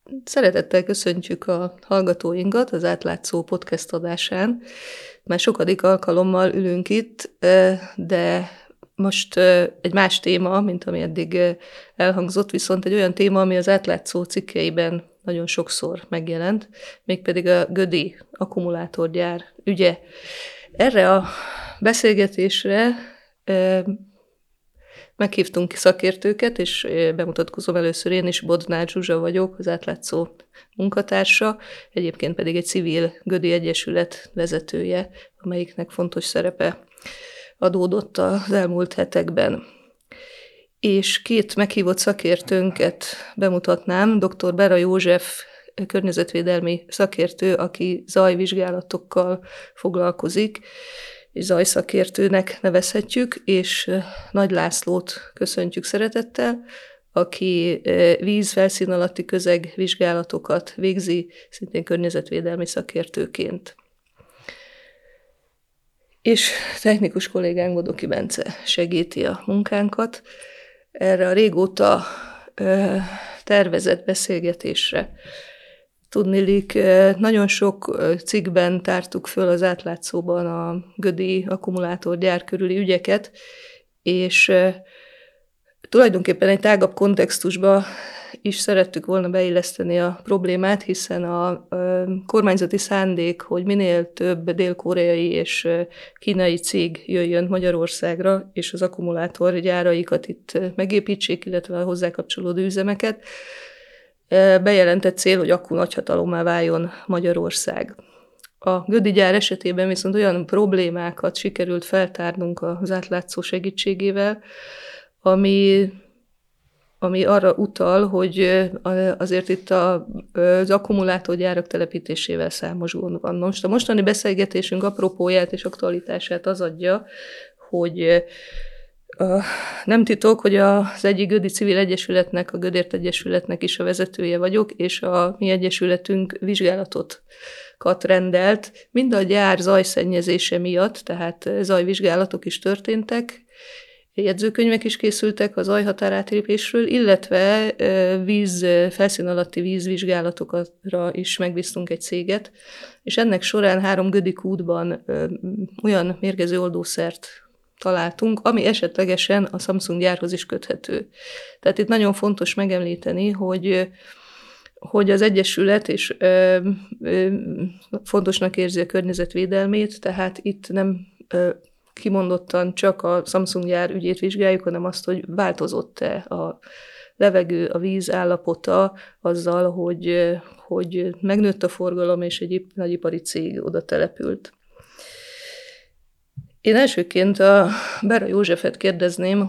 Szeretettel köszöntjük a hallgatóinkat az Átlátszó podcast adásán. Már sokadik alkalommal ülünk itt, de most egy más téma, mint ami eddig elhangzott, viszont egy olyan téma, ami az Átlátszó cikkeiben nagyon sokszor megjelent, mégpedig a gödi akkumulátorgyár ügye. Erre a beszélgetésre meghívtunk szakértőket, és bemutatkozom először én is, Bodnár Zsuzsa vagyok, az Átlátszó munkatársa, egyébként pedig egy civil gödi egyesület vezetője, amelyiknek fontos szerepe adódott az elmúlt hetekben. És két meghívott szakértőnket bemutatnám, dr. Bera József, környezetvédelmi szakértő, aki zajvizsgálatokkal foglalkozik, és zajszakértőnek nevezhetjük, és Nagy Lászlót köszöntjük szeretettel, aki víz felszín alatti közegvizsgálatokat végzi, szintén környezetvédelmi szakértőként. És technikus kollégánk Bodoki Bence segíti a munkánkat. Erre a régóta tervezett beszélgetésre tudniillik, nagyon sok cikkben tártuk föl az Átlátszóban a gödi akkumulátorgyár körüli ügyeket, és tulajdonképpen egy tágabb kontextusba is szerettük volna beilleszteni a problémát, hiszen a kormányzati szándék, hogy minél több dél-koreai és kínai cég jöjjön Magyarországra, és az akkumulátorgyáraikat itt megépítsék, illetve a hozzá kapcsolódó üzemeket, bejelentett cél, hogy akku nagyhatalommá váljon Magyarország. A gödi gyár esetében viszont olyan problémákat sikerült feltárnunk az Átlátszó segítségével, ami arra utal, hogy azért itt az akkumulátorgyárak telepítésével számos gond van. Most a mostani beszélgetésünk apropóját és aktualitását az adja, hogy nem titok, hogy az egyik gödi civil egyesületnek, a Gödért Egyesületnek is a vezetője vagyok, és a mi egyesületünk vizsgálatokat rendelt, mind a gyár zajszennyezése miatt, tehát zajvizsgálatok is történtek, jegyzőkönyvek is készültek a zajhatárátlépésről, illetve felszín alatti vízvizsgálatokra is megbíztunk egy céget, és ennek során 3 gödi kútban olyan mérgező oldószert találtunk, ami esetlegesen a Samsung gyárhoz is köthető. Tehát itt nagyon fontos megemlíteni, hogy az Egyesület is fontosnak érzi a környezetvédelmét, tehát itt nem kimondottan csak a Samsung gyár ügyét vizsgáljuk, hanem azt, hogy változott-e a levegő, a víz állapota azzal, hogy megnőtt a forgalom, és egy nagyipari cég oda települt. Én elsőként a Bera Józsefet kérdezném,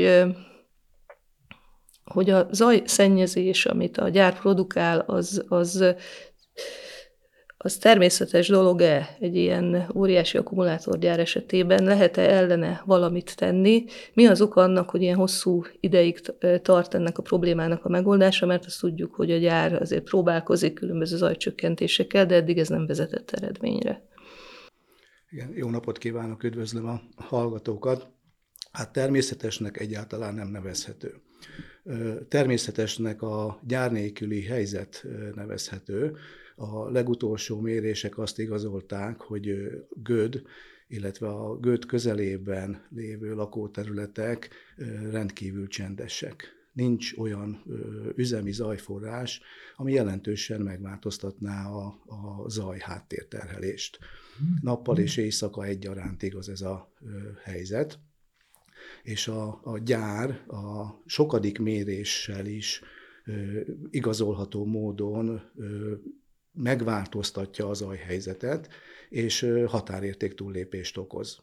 hogy a zajszennyezés, amit a gyár produkál, az természetes dolog-e egy ilyen óriási akkumulátorgyár esetében? Lehet-e ellene valamit tenni? Mi az oka annak, hogy ilyen hosszú ideig tart ennek a problémának a megoldása? Mert azt tudjuk, hogy a gyár azért próbálkozik különböző zajcsökkentésekkel, de eddig ez nem vezetett eredményre. Igen, jó napot kívánok, üdvözlöm a hallgatókat. Hát természetesnek egyáltalán nem nevezhető. Természetesnek a gyár nélküli helyzet nevezhető. A legutolsó mérések azt igazolták, hogy Göd, illetve a Göd közelében lévő lakóterületek rendkívül csendesek. Nincs olyan üzemi zajforrás, ami jelentősen megváltoztatná a zaj háttérterhelést. Nappal és éjszaka egyaránt igaz ez a helyzet, és a gyár a sokadik méréssel is igazolható módon megváltoztatja a zajhelyzetet, és határérték túllépést okoz.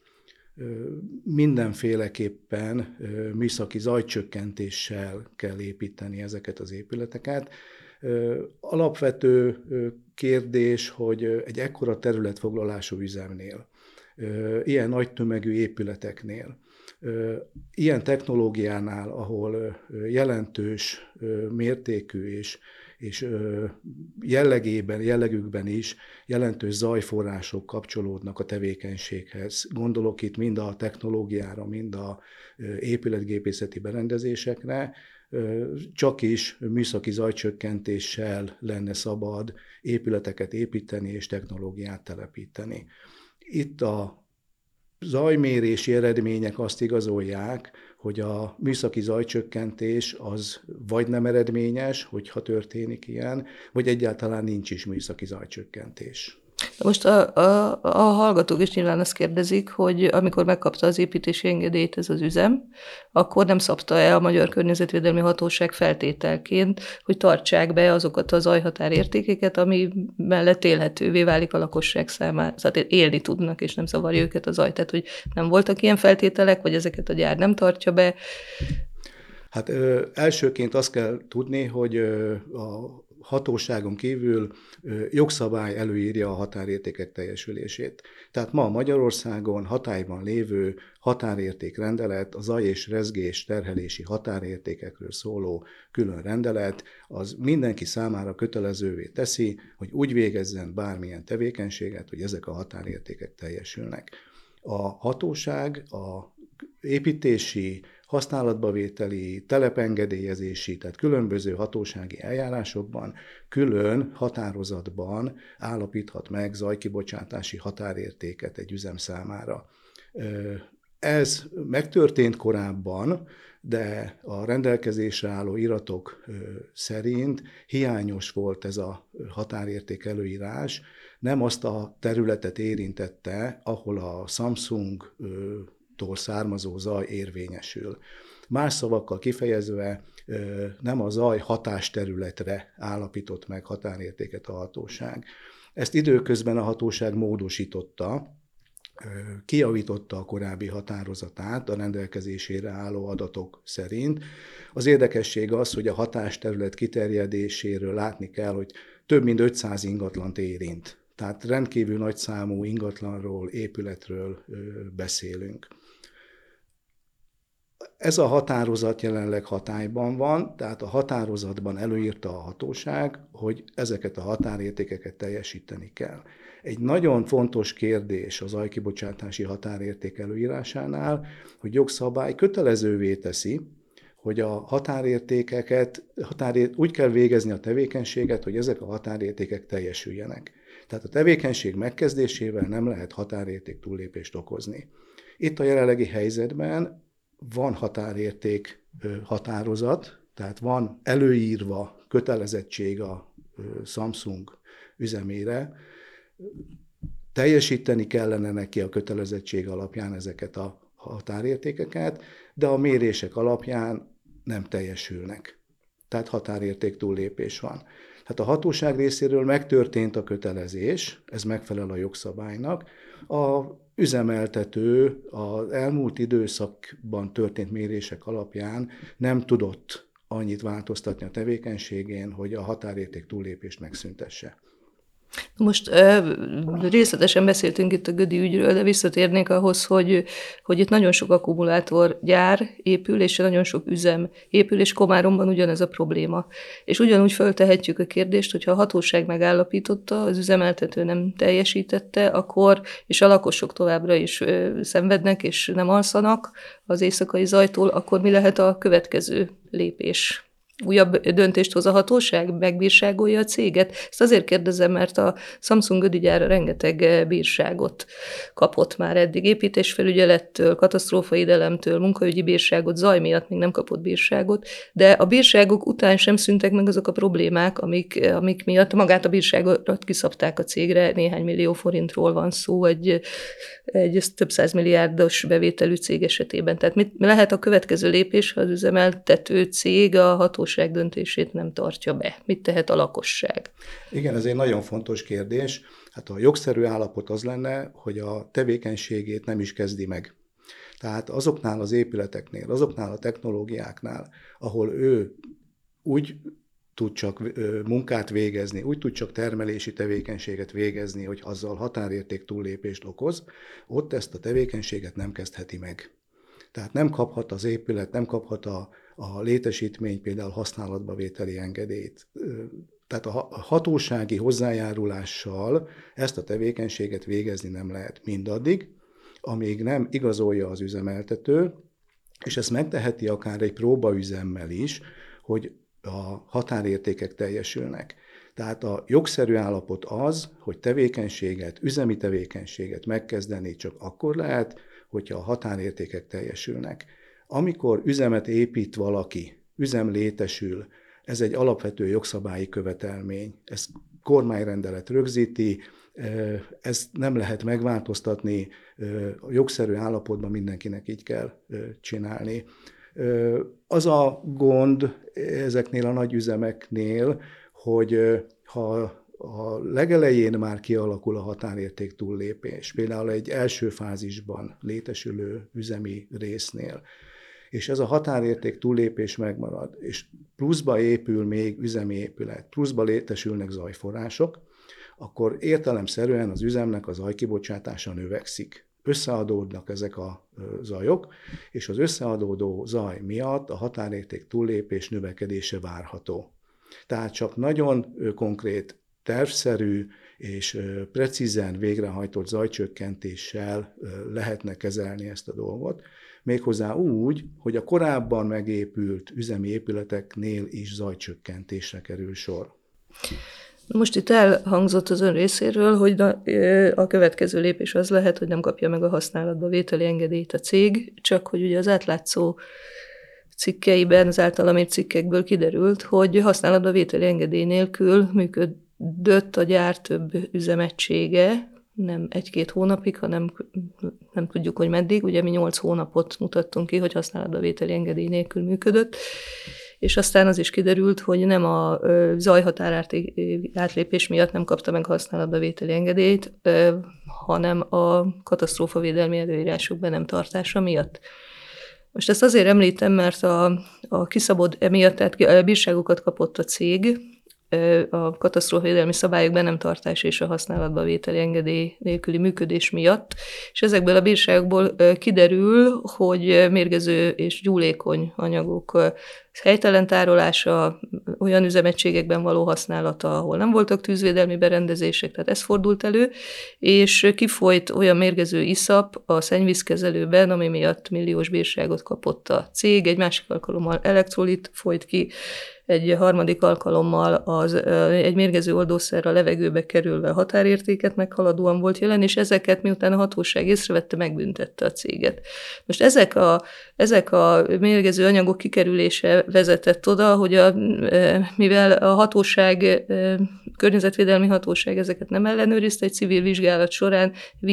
Mindenféleképpen műszaki zajcsökkentéssel kell építeni ezeket az épületeket. Alapvető kérdés, hogy egy ekkora területfoglalású üzemnél, ilyen nagy tömegű épületeknél, ilyen technológiánál, ahol jelentős mértékű és jellegükben is jelentős zajforrások kapcsolódnak a tevékenységhez. Gondolok itt mind a technológiára, mind a épületgépészeti berendezésekre, csak is műszaki zajcsökkentéssel lenne szabad épületeket építeni és technológiát telepíteni. Itt a zajmérési eredmények azt igazolják, hogy a műszaki zajcsökkentés az vagy nem eredményes, hogyha történik ilyen, vagy egyáltalán nincs is műszaki zajcsökkentés. Most a hallgatók is nyilván azt kérdezik, hogy amikor megkapta az építési engedélyt ez az üzem, akkor nem szabta el a Magyar Környezetvédelmi Hatóság feltételként, hogy tartsák be azokat a zajhatárértékeket, ami mellett élhetővé válik a lakosság számára. Tehát élni tudnak, és nem zavarja őket a zaj. Tehát, hogy nem voltak ilyen feltételek, vagy ezeket a gyár nem tartja be. Hát elsőként azt kell tudni, hogy a hatóságon kívül jogszabály előírja a határértékek teljesülését. Tehát ma Magyarországon hatályban lévő határértékrendelet, a zaj és rezgés terhelési határértékekről szóló külön rendelet, az mindenki számára kötelezővé teszi, hogy úgy végezzen bármilyen tevékenységet, hogy ezek a határértékek teljesülnek. A hatóság a építési, használatbavételi, telepengedélyezési, tehát különböző hatósági eljárásokban, külön határozatban állapíthat meg zajkibocsátási határértéket egy üzem számára. Ez megtörtént korábban, de a rendelkezésre álló iratok szerint hiányos volt ez a határérték előírás, nem azt a területet érintette, ahol a Samsung-tól származó zaj érvényesül. Más szavakkal kifejezve nem a zaj hatásterületre állapított meg határértéket a hatóság. Ezt időközben a hatóság módosította, kijavította a korábbi határozatát a rendelkezésére álló adatok szerint. Az érdekesség az, hogy a hatásterület kiterjedéséről látni kell, hogy több mint 500 ingatlant érint. Tehát rendkívül nagy számú ingatlanról, épületről beszélünk. Ez a határozat jelenleg hatályban van, tehát a határozatban előírta a hatóság, hogy ezeket a határértékeket teljesíteni kell. Egy nagyon fontos kérdés az zajkibocsátási határérték előírásánál, hogy jogszabály kötelezővé teszi, hogy a határértékeket, úgy kell végezni a tevékenységet, hogy ezek a határértékek teljesüljenek. Tehát a tevékenység megkezdésével nem lehet határérték túllépést okozni. Itt a jelenlegi helyzetben van határérték határozat, tehát van előírva kötelezettség a Samsung üzemére, teljesíteni kellene neki a kötelezettség alapján ezeket a határértékeket, de a mérések alapján nem teljesülnek. Tehát határérték túllépés van. Tehát a hatóság részéről megtörtént a kötelezés, ez megfelel a jogszabálynak. A üzemeltető az elmúlt időszakban történt mérések alapján nem tudott annyit változtatni a tevékenységén, hogy a határérték túllépést megszüntesse. Most részletesen beszéltünk itt a Gödi ügyről, de visszatérnék ahhoz, hogy itt nagyon sok akkumulátorgyár épül, és nagyon sok üzem épül, és Komáromban ugyanez a probléma. És ugyanúgy föltehetjük a kérdést, hogyha a hatóság megállapította, az üzemeltető nem teljesítette, akkor, és a lakosok továbbra is szenvednek, és nem alszanak az éjszakai zajtól, akkor mi lehet a következő lépés? Újabb döntést hoz a hatóság, megbírságolja a céget? Ezt azért kérdezem, mert a Samsung Gödi-gyára rengeteg bírságot kapott már eddig. Építésfelügyelettől, katasztrófavédelemtől, munkaügyi bírságot, zaj miatt még nem kapott bírságot, de a bírságok után sem szüntek meg azok a problémák, amik miatt magát a bírságot kiszabták a cégre, néhány millió forintról van szó egy több százmilliárdos bevételű cég esetében. Tehát mi lehet a következő lépés, ha az üzemeltető cég a hatóság döntését nem tartja be? Mit tehet a lakosság? Igen, ez egy nagyon fontos kérdés. Hát a jogszerű állapot az lenne, hogy a tevékenységét nem is kezdi meg. Tehát azoknál az épületeknél, azoknál a technológiáknál, ahol ő úgy tud csak munkát végezni, úgy tud csak termelési tevékenységet végezni, hogy azzal határérték túllépést okoz, ott ezt a tevékenységet nem kezdheti meg. Tehát nem kaphat az épület, nem kaphat a létesítmény például használatba vételi engedélyt. Tehát a hatósági hozzájárulással ezt a tevékenységet végezni nem lehet mindaddig, amíg nem igazolja az üzemeltető, és ezt megteheti akár egy próbaüzemmel is, hogy a határértékek teljesülnek. Tehát a jogszerű állapot az, hogy üzemi tevékenységet megkezdeni csak akkor lehet, hogyha a határértékek teljesülnek. Amikor üzemet épít valaki, üzem létesül, ez egy alapvető jogszabályi követelmény, ezt kormányrendelet rögzíti, ezt nem lehet megváltoztatni, a jogszerű állapotban mindenkinek így kell csinálni. Az a gond ezeknél a nagy üzemeknél, hogy ha a legelején már kialakul a határérték túllépés, például egy első fázisban létesülő üzemi résznél, és ez a határérték túllépés megmarad, és pluszba épül még üzemi épület, pluszba létesülnek zajforrások, akkor értelemszerűen az üzemnek a zajkibocsátása növekszik. Összeadódnak ezek a zajok, és az összeadódó zaj miatt a határérték túllépés növekedése várható. Tehát csak nagyon konkrét, tervszerű és precízen végrehajtott zajcsökkentéssel lehetne kezelni ezt a dolgot, méghozzá úgy, hogy a korábban megépült üzemi épületeknél is zajcsökkentésre kerül sor. Most itt elhangzott az ön részéről, hogy a következő lépés az lehet, hogy nem kapja meg a használatba vételi engedélyt a cég, csak hogy ugye az átlátszó cikkeiben, az általam írt cikkekből kiderült, hogy használatba vételi engedély nélkül működött a gyár több üzemegysége, nem 1-2 hónapig, hanem nem tudjuk, hogy meddig. Ugye mi 8 hónapot mutattunk ki, hogy használatba vételi engedély nélkül működött, és aztán az is kiderült, hogy nem a zajhatár átlépés miatt nem kapta meg használatba vételi engedélyt, hanem a katasztrófavédelmi előírások be nem tartása miatt. Most ezt azért említem, mert a kiszabott emiatt, tehát bírságokat kapott a cég, a katasztrófavédelmi szabályok be nem tartás és a használatba vételi engedély nélküli működés miatt, és ezekből a bírságokból kiderül, hogy mérgező és gyúlékony anyagok helytelen tárolása, olyan üzemegységekben való használata, ahol nem voltak tűzvédelmi berendezések, tehát ez fordult elő, és kifolyt olyan mérgező iszap a szennyvízkezelőben, ami miatt milliós bírságot kapott a cég, egy másik alkalommal elektrolit folyt ki, egy harmadik alkalommal egy mérgező oldószer a levegőbe kerülve határértéket meghaladóan volt jelen, és ezeket miután a hatóság észrevette, megbüntette a céget. Most ezek a mérgező anyagok kikerülése vezetett oda, hogy mivel a hatóság, környezetvédelmi hatóság ezeket nem ellenőrizte, egy civil vizsgálat során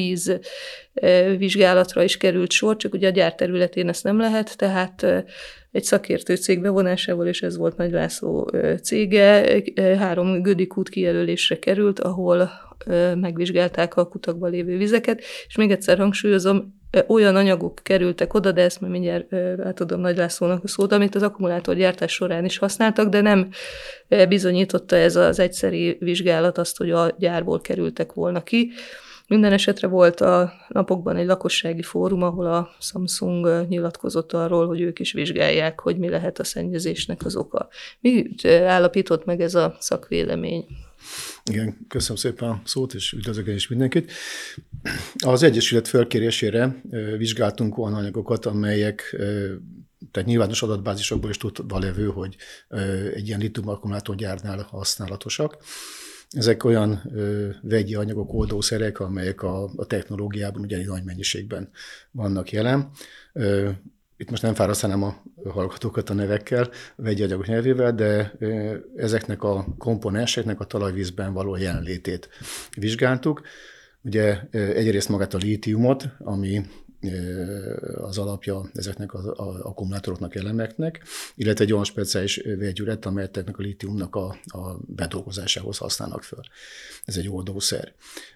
vízvizsgálatra is került sor, csak ugye a gyár területén ezt nem lehet, tehát egy szakértő cég bevonásával, és ez volt Nagy László cége, 3 gödikút kijelölésre került, ahol megvizsgálták a kutakban lévő vizeket, és még egyszer hangsúlyozom, olyan anyagok kerültek oda, de ezt már mindjárt átadom Nagy Lászlónak a szót, amit az akkumulátorgyártás során is használtak, de nem bizonyította ez az egyszeri vizsgálat azt, hogy a gyárból kerültek volna ki. Minden esetre volt a napokban egy lakossági fórum, ahol a Samsung nyilatkozott arról, hogy ők is vizsgálják, hogy mi lehet a szennyezésnek az oka. Mi állapított meg ez a szakvélemény? Igen, köszönöm szépen a szót, és üdvözlök is mindenkit. Az Egyesület felkérésére vizsgáltunk olyan anyagokat, amelyek tehát nyilvános adatbázisokból is tudva levő, hogy egy ilyen litium-akkumulátorgyárnál használatosak. Ezek olyan vegyi anyagok, oldószerek, amelyek a technológiában ugyanígy nagy mennyiségben vannak jelen. Itt most nem fárasztanám a hallgatókat a nevekkel, a vegyi anyagok nyelvével, de ezeknek a komponenseknek a talajvízben való jelenlétét vizsgáltuk. Ugye egyrészt magát a lítiumot, ami az alapja ezeknek az akkumulátoroknak, elemeknek, illetve egy olyan speciális vegyület, amelyeknek a lítiumnak a bedolgozásához használnak föl. Ez egy oldószer.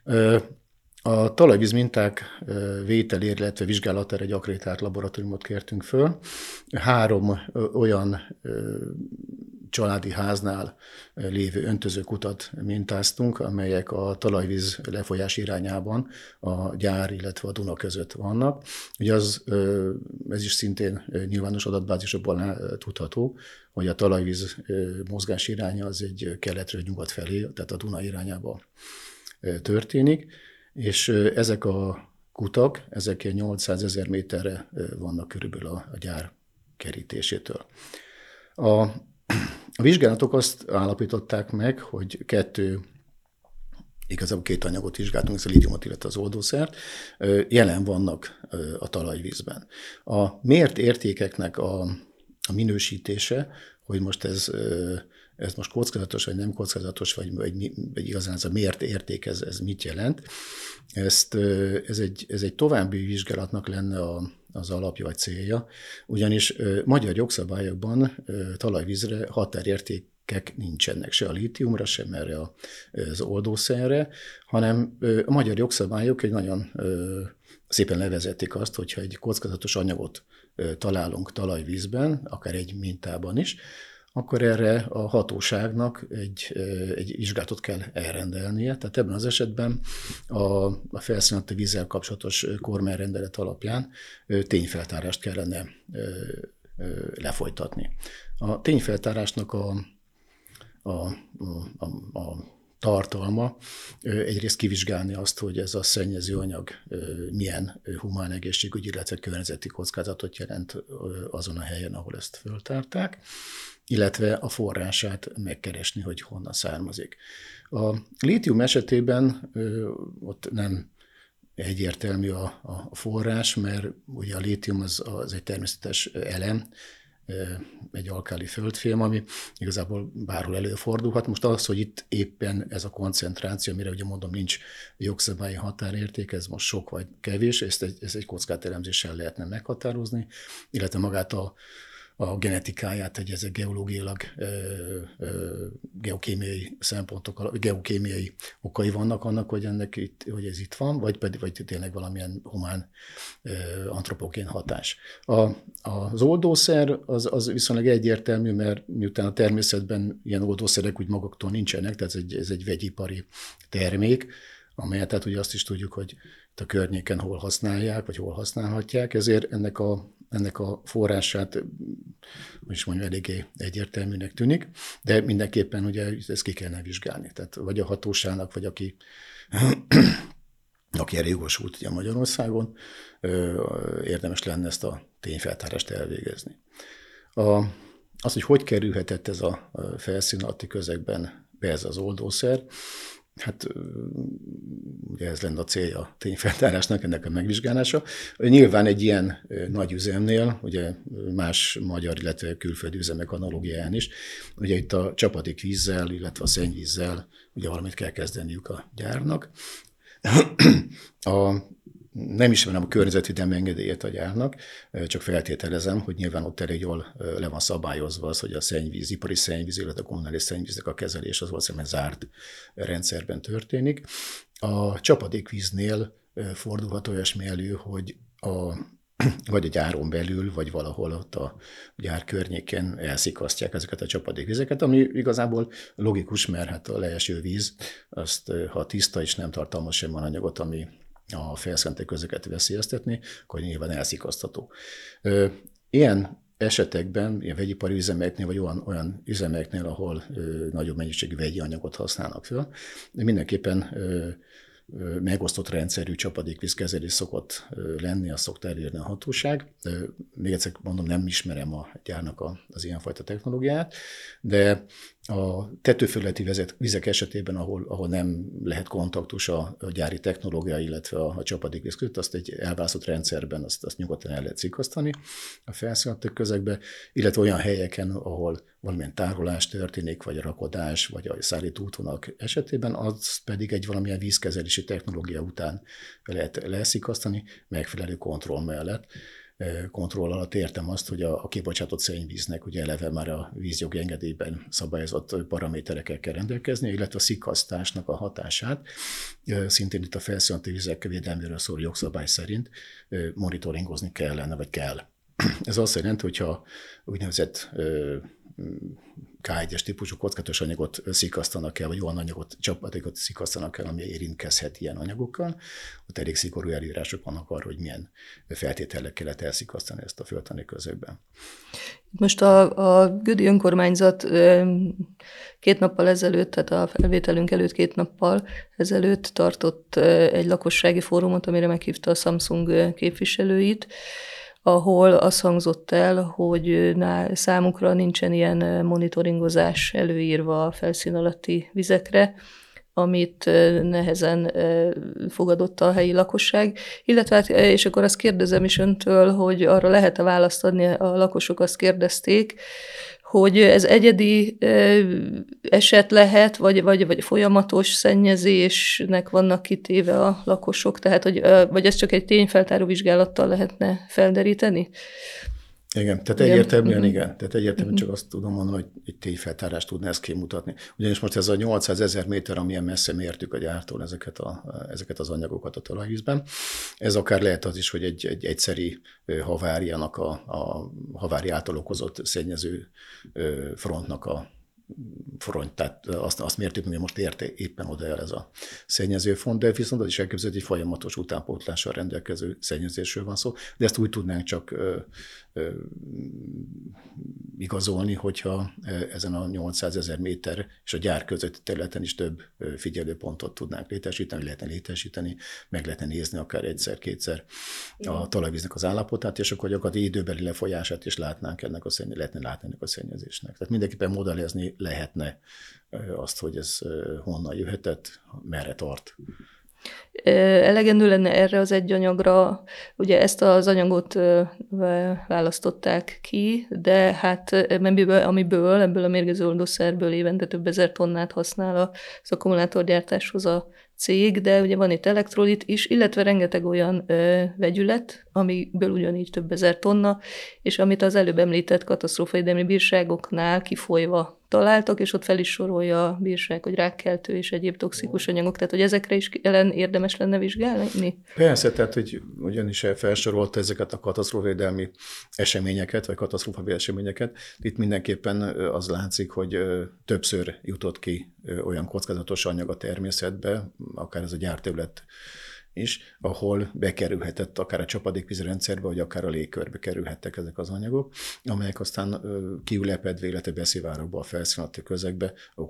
A talajvíz minták vételére, illetve vizsgálatára egy akkreditált laboratóriumot kértünk föl. 3 olyan családi háznál lévő öntözőkutat mintáztunk, amelyek a talajvíz lefolyás irányában a gyár, illetve a Duna között vannak. Ugye ez is szintén nyilvános adatbázisokból tudható, hogy a talajvíz mozgás iránya az egy keletről nyugat felé, tehát a Duna irányába történik, és ezek a kutak, ezek 800 000 méterre vannak körülbelül a gyár kerítésétől. A vizsgálatok azt állapították meg, hogy igazából két anyagot vizsgáltunk, ez a lítiumot, illetve az oldószert, jelen vannak a talajvízben. A mért értékeknek a minősítése, hogy most ez most kockázatos, vagy nem kockázatos, vagy igazán ez a mért érték, ez mit jelent. Ez egy további vizsgálatnak lenne az alapja vagy célja, ugyanis magyar jogszabályokban talajvízre határértékek nincsenek, se a lítiumra, sem erre az oldószerre, hanem a magyar jogszabályok egy nagyon szépen levezették azt, hogyha egy kockázatos anyagot találunk talajvízben, akár egy mintában is, akkor erre a hatóságnak egy vizsgálatot kell elrendelnie. Tehát ebben az esetben a felszín alatti vízzel kapcsolatos kormányrendelet alapján tényfeltárást kellene lefolytatni. A tényfeltárásnak a tartalma egyrészt kivizsgálni azt, hogy ez a szennyező anyag milyen humán egészségügyi, illetve környezeti kockázatot jelent azon a helyen, ahol ezt föltárták, illetve a forrását megkeresni, hogy honnan származik. A lítium esetében ott nem egyértelmű a forrás, mert ugye a lítium az egy természetes elem, egy alkáli földfém, ami igazából bárhol előfordulhat. Most az, hogy itt éppen ez a koncentráció, amire ugye mondom, nincs jogszabályi határérték, ez most sok vagy kevés, ezt egy kockázatelemzéssel lehetne meghatározni, illetve magát a genetikáját, hogy ezek geológiailag, geokémiai szempontok, geokémiai okai vannak annak, hogy hogy ez itt van, vagy tényleg valamilyen humán antropogén hatás. Az oldószer az viszonylag egyértelmű, mert miután a természetben ilyen oldószerek úgy maguktól nincsenek, tehát ez egy vegyipari termék, amelyet tehát ugye azt is tudjuk, hogy itt a környéken hol használják, vagy hol használhatják, ezért ennek a forrását, hogy is mondjam, eléggé egyértelműnek tűnik, de mindenképpen ugye ezt ki kellene vizsgálni. Tehát vagy a hatóságnak, vagy aki erre jogosult ugye Magyarországon, érdemes lenne ezt a tényfeltárást elvégezni. Az, hogy kerülhetett ez a felszín alatti közegben be ez az oldószer, hát ugye ez lenne a célja a tényfeltárásnak, ennek a megvizsgálása. Nyilván egy ilyen nagy üzemnél, ugye más magyar, illetve külföldi üzemek analógiáján is, ugye itt a csapadékvízzel, illetve a szennyvízzel ugye valamit kell kezdeniük a gyárnak. Nem ismerem a környezetvédelmi engedélyét a gyárnak, csak feltételezem, hogy nyilván ott elég jól le van szabályozva az, hogy a szennyvíz, ipari szennyvíz, illetve a kommunális szennyvíznek a kezelés az valószínűleg zárt rendszerben történik. A csapadékvíznél fordulhat olyasmi elő, hogy vagy a gyáron belül, vagy valahol ott a gyár környéken elszikasztják ezeket a csapadékvizeket, ami igazából logikus, mert hát a leeső víz, azt, ha tiszta és nem tartalmaz semmi anyagot, ami a felszínti közöket veszélyeztetni, akkor nyilván elszikasztható. Ilyen esetekben, ilyen vegyipari üzemeknél, vagy olyan üzemeknél, ahol nagyobb mennyiségű vegyi anyagot használnak fel, mindenképpen megosztott rendszerű csapadékvízkezelés szokott lenni, azt szokta elérni a hatóság. Még egyszer mondom, nem ismerem a gyárnak az ilyenfajta technológiát, de a tetőfelületi vizek esetében, ahol nem lehet kontaktus a gyári technológia, illetve a csapadékvíz között, azt egy elválasztott rendszerben azt nyugodtan el lehet szikasztani a felszínalatti közegbe, illetve olyan helyeken, ahol valamilyen tárolás történik, vagy rakodás, vagy a szállító útvonalak esetében, az pedig egy valamilyen vízkezelési technológia után lehet leszikasztani, megfelelő kontroll mellett. Kontroll alatt értem azt, hogy a kibocsátott szennyvíznek ugye eleve már a vízjogi engedélyben szabályozott paraméterekkel kell rendelkezni, illetve a szikasztásnak a hatását szintén itt a felszínalatti vizek védelméről szóló jogszabály szerint monitoringozni kellene, vagy kell. Ez azt jelenti, hogyha úgynevezett K1-es típusú kockázatos anyagot szikasztanak el, vagy olyan anyagot, csapadékot szikasztanak el, ami érintkezhet ilyen anyagokkal. Ott elég szigorú előírások vannak arra, hogy milyen feltételekkel lehet elszikasztani ezt a földtani közökben. Most a Gödi önkormányzat 2 nappal ezelőtt, tehát a felvételünk előtt 2 nappal ezelőtt tartott egy lakossági fórumot, amire meghívta a Samsung képviselőit, ahol az hangzott el, hogy számukra nincsen ilyen monitoringozás előírva a felszín alatti vizekre, amit nehezen fogadott a helyi lakosság. Illetve, és akkor azt kérdezem is öntől, hogy arra lehet-e választ adni, a lakosok azt kérdezték, hogy ez egyedi eset lehet, vagy folyamatos szennyezésnek vannak kitéve a lakosok, tehát vagy ez csak egy tényfeltáró vizsgálattal lehetne felderíteni? Igen, tehát egyértelműen igen. Tehát egyértelműen csak azt tudom mondani, hogy egy tényfeltárást tudna ezt kimutatni. Ugyanis most ez a 800 000 méter, amilyen messze mértük a gyártól ezeket az anyagokat a talajvízben, ez akár lehet az is, hogy egy egyszeri haváriának, a havária által okozott szennyező frontnak a front, tehát azt mértük, hogy most érte éppen oda el ez a szennyezőfront, de viszont az is elképzelhető, hogy folyamatos utánpótlással rendelkező szennyezésről van szó, de ezt úgy tudnánk csak igazolni, hogyha ezen a 800 000 méter és a gyár közötti területen is több figyelőpontot tudnánk létesíteni, meg lehetne nézni akár egyszer-kétszer a talajvíznek az állapotát, és akkor gyakorlatilag időbeli lefolyását is lehetne látni ennek a szennyezésnek. Tehát mindenképpen modellezni lehetne azt, hogy ez honnan jöhetett, merre tart. Elegendő lenne erre az egy anyagra, ugye ezt az anyagot választották ki, de hát ebből a mérgező oldószerből évente több ezer tonnát használ az akkumulátorgyártáshoz a cég, de ugye van itt elektrolit is, illetve rengeteg olyan vegyület, amiből ugyanígy több ezer tonna, és amit az előbb említett katasztrófavédelmi bírságoknál kifolyva találtak, és ott fel is sorolja a bírság, hogy rákkeltő és egyéb toxikus anyagok, tehát hogy ezekre is érdemes lenne vizsgálni? Persze, tehát hogy ugyanis felsorolta ezeket a katasztrófavédelmi eseményeket, vagy katasztrófavédelmi eseményeket. Itt mindenképpen az látszik, hogy többször jutott ki olyan kockázatos anyag a természetbe, akár ez a gyárterület is, ahol bekerülhetett akár a csapadékvízrendszerbe, vagy akár a légkörbe kerülhettek ezek az anyagok, amelyek aztán kiülepedve, illetve beszivárogva a felszínalatti közegbe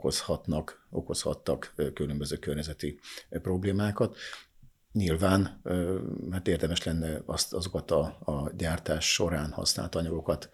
okozhattak különböző környezeti problémákat. Nyilván hát érdemes lenne azokat a gyártás során használt anyagokat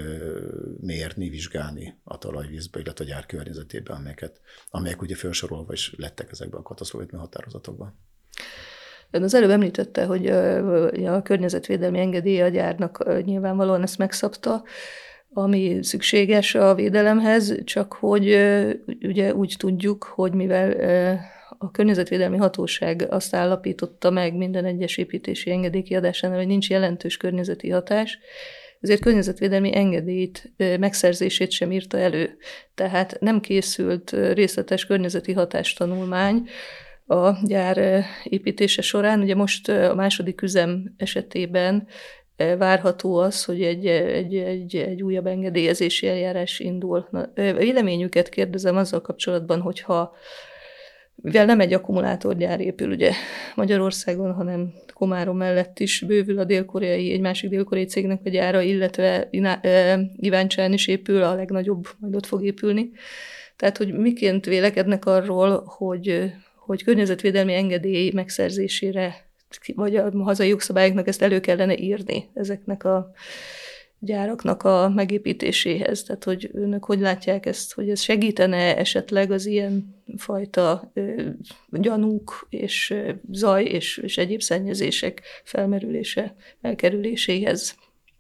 mérni, vizsgálni a talajvízbe, illetve a gyár környezetében, amelyek ugye felsorolva is lettek ezekben a katasztrófavédelmi határozatokban. Ön az előbb említette, hogy a környezetvédelmi engedélye a gyárnak nyilvánvalóan ezt megszabta, ami szükséges a védelemhez, csak hogy ugye úgy tudjuk, hogy mivel a környezetvédelmi hatóság azt állapította meg minden egyes építési engedély kiadásánál, hogy nincs jelentős környezeti hatás, ezért környezetvédelmi engedélyt megszerzését sem írta elő. Tehát nem készült részletes környezeti hatástanulmány a gyár építése során. Ugye most a második üzem esetében várható az, hogy egy újabb engedélyezési eljárás indul. Véleményüket kérdezem azzal kapcsolatban, hogyha mivel nem egy akkumulátorgyár épül ugye Magyarországon, hanem Komárom mellett is bővül egy másik dél-koreai cégnek a gyára, illetve Iváncsán is épül, a legnagyobb majd ott fog épülni. Tehát, hogy miként vélekednek arról, hogy környezetvédelmi engedély megszerzésére, vagy a hazai jogszabályoknak ezt elő kellene írni ezeknek a gyáraknak a megépítéséhez. Tehát, hogy önök hogy látják ezt, hogy ez segítene esetleg az ilyen fajta gyanúk és zaj és egyéb szennyezések felmerülése, elkerüléséhez?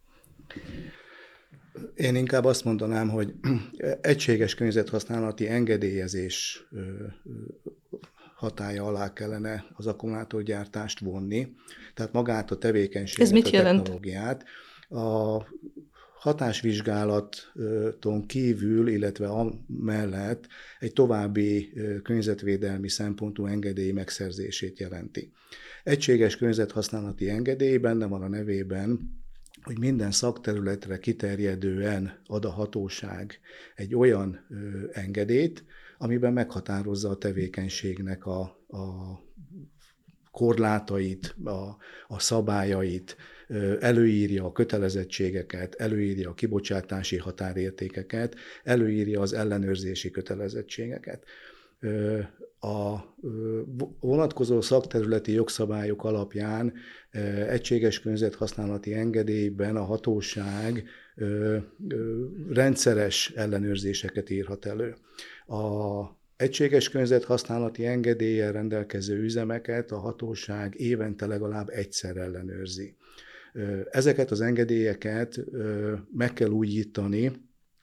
Én inkább azt mondanám, hogy egységes környezethasználati engedélyezés hatálya alá kellene az akkumulátorgyártást vonni, tehát magát a tevékenységet, a technológiát. A hatásvizsgálaton kívül, illetve amellett egy további környezetvédelmi szempontú engedély megszerzését jelenti. Egységes környezethasználati engedély, benne van a nevében hogy minden szakterületre kiterjedően ad a hatóság egy olyan engedélyt, amiben meghatározza a tevékenységnek a korlátait, a szabályait, előírja a kötelezettségeket, előírja a kibocsátási határértékeket, előírja az ellenőrzési kötelezettségeket. A vonatkozó szakterületi jogszabályok alapján egységes környezethasználati engedélyben a hatóság rendszeres ellenőrzéseket írhat elő. A egységes környezethasználati engedéllyel rendelkező üzemeket a hatóság évente legalább egyszer ellenőrzi. Ezeket az engedélyeket meg kell újítani,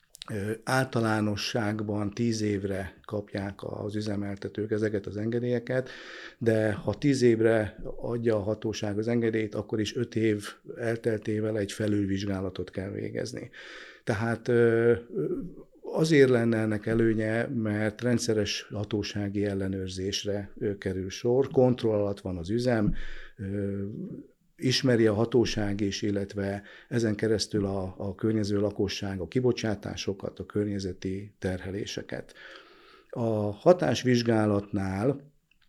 általánosságban 10 évre kapják az üzemeltetők ezeket az engedélyeket, de ha 10 évre adja a hatóság az engedélyt, akkor is 5 év elteltével egy felülvizsgálatot kell végezni. Tehát azért lenne ennek előnye, mert rendszeres hatósági ellenőrzésre kerül sor, kontroll alatt van az üzem, ismeri a hatóság is, illetve ezen keresztül a környező lakosság a kibocsátásokat, a környezeti terheléseket. A hatásvizsgálatnál,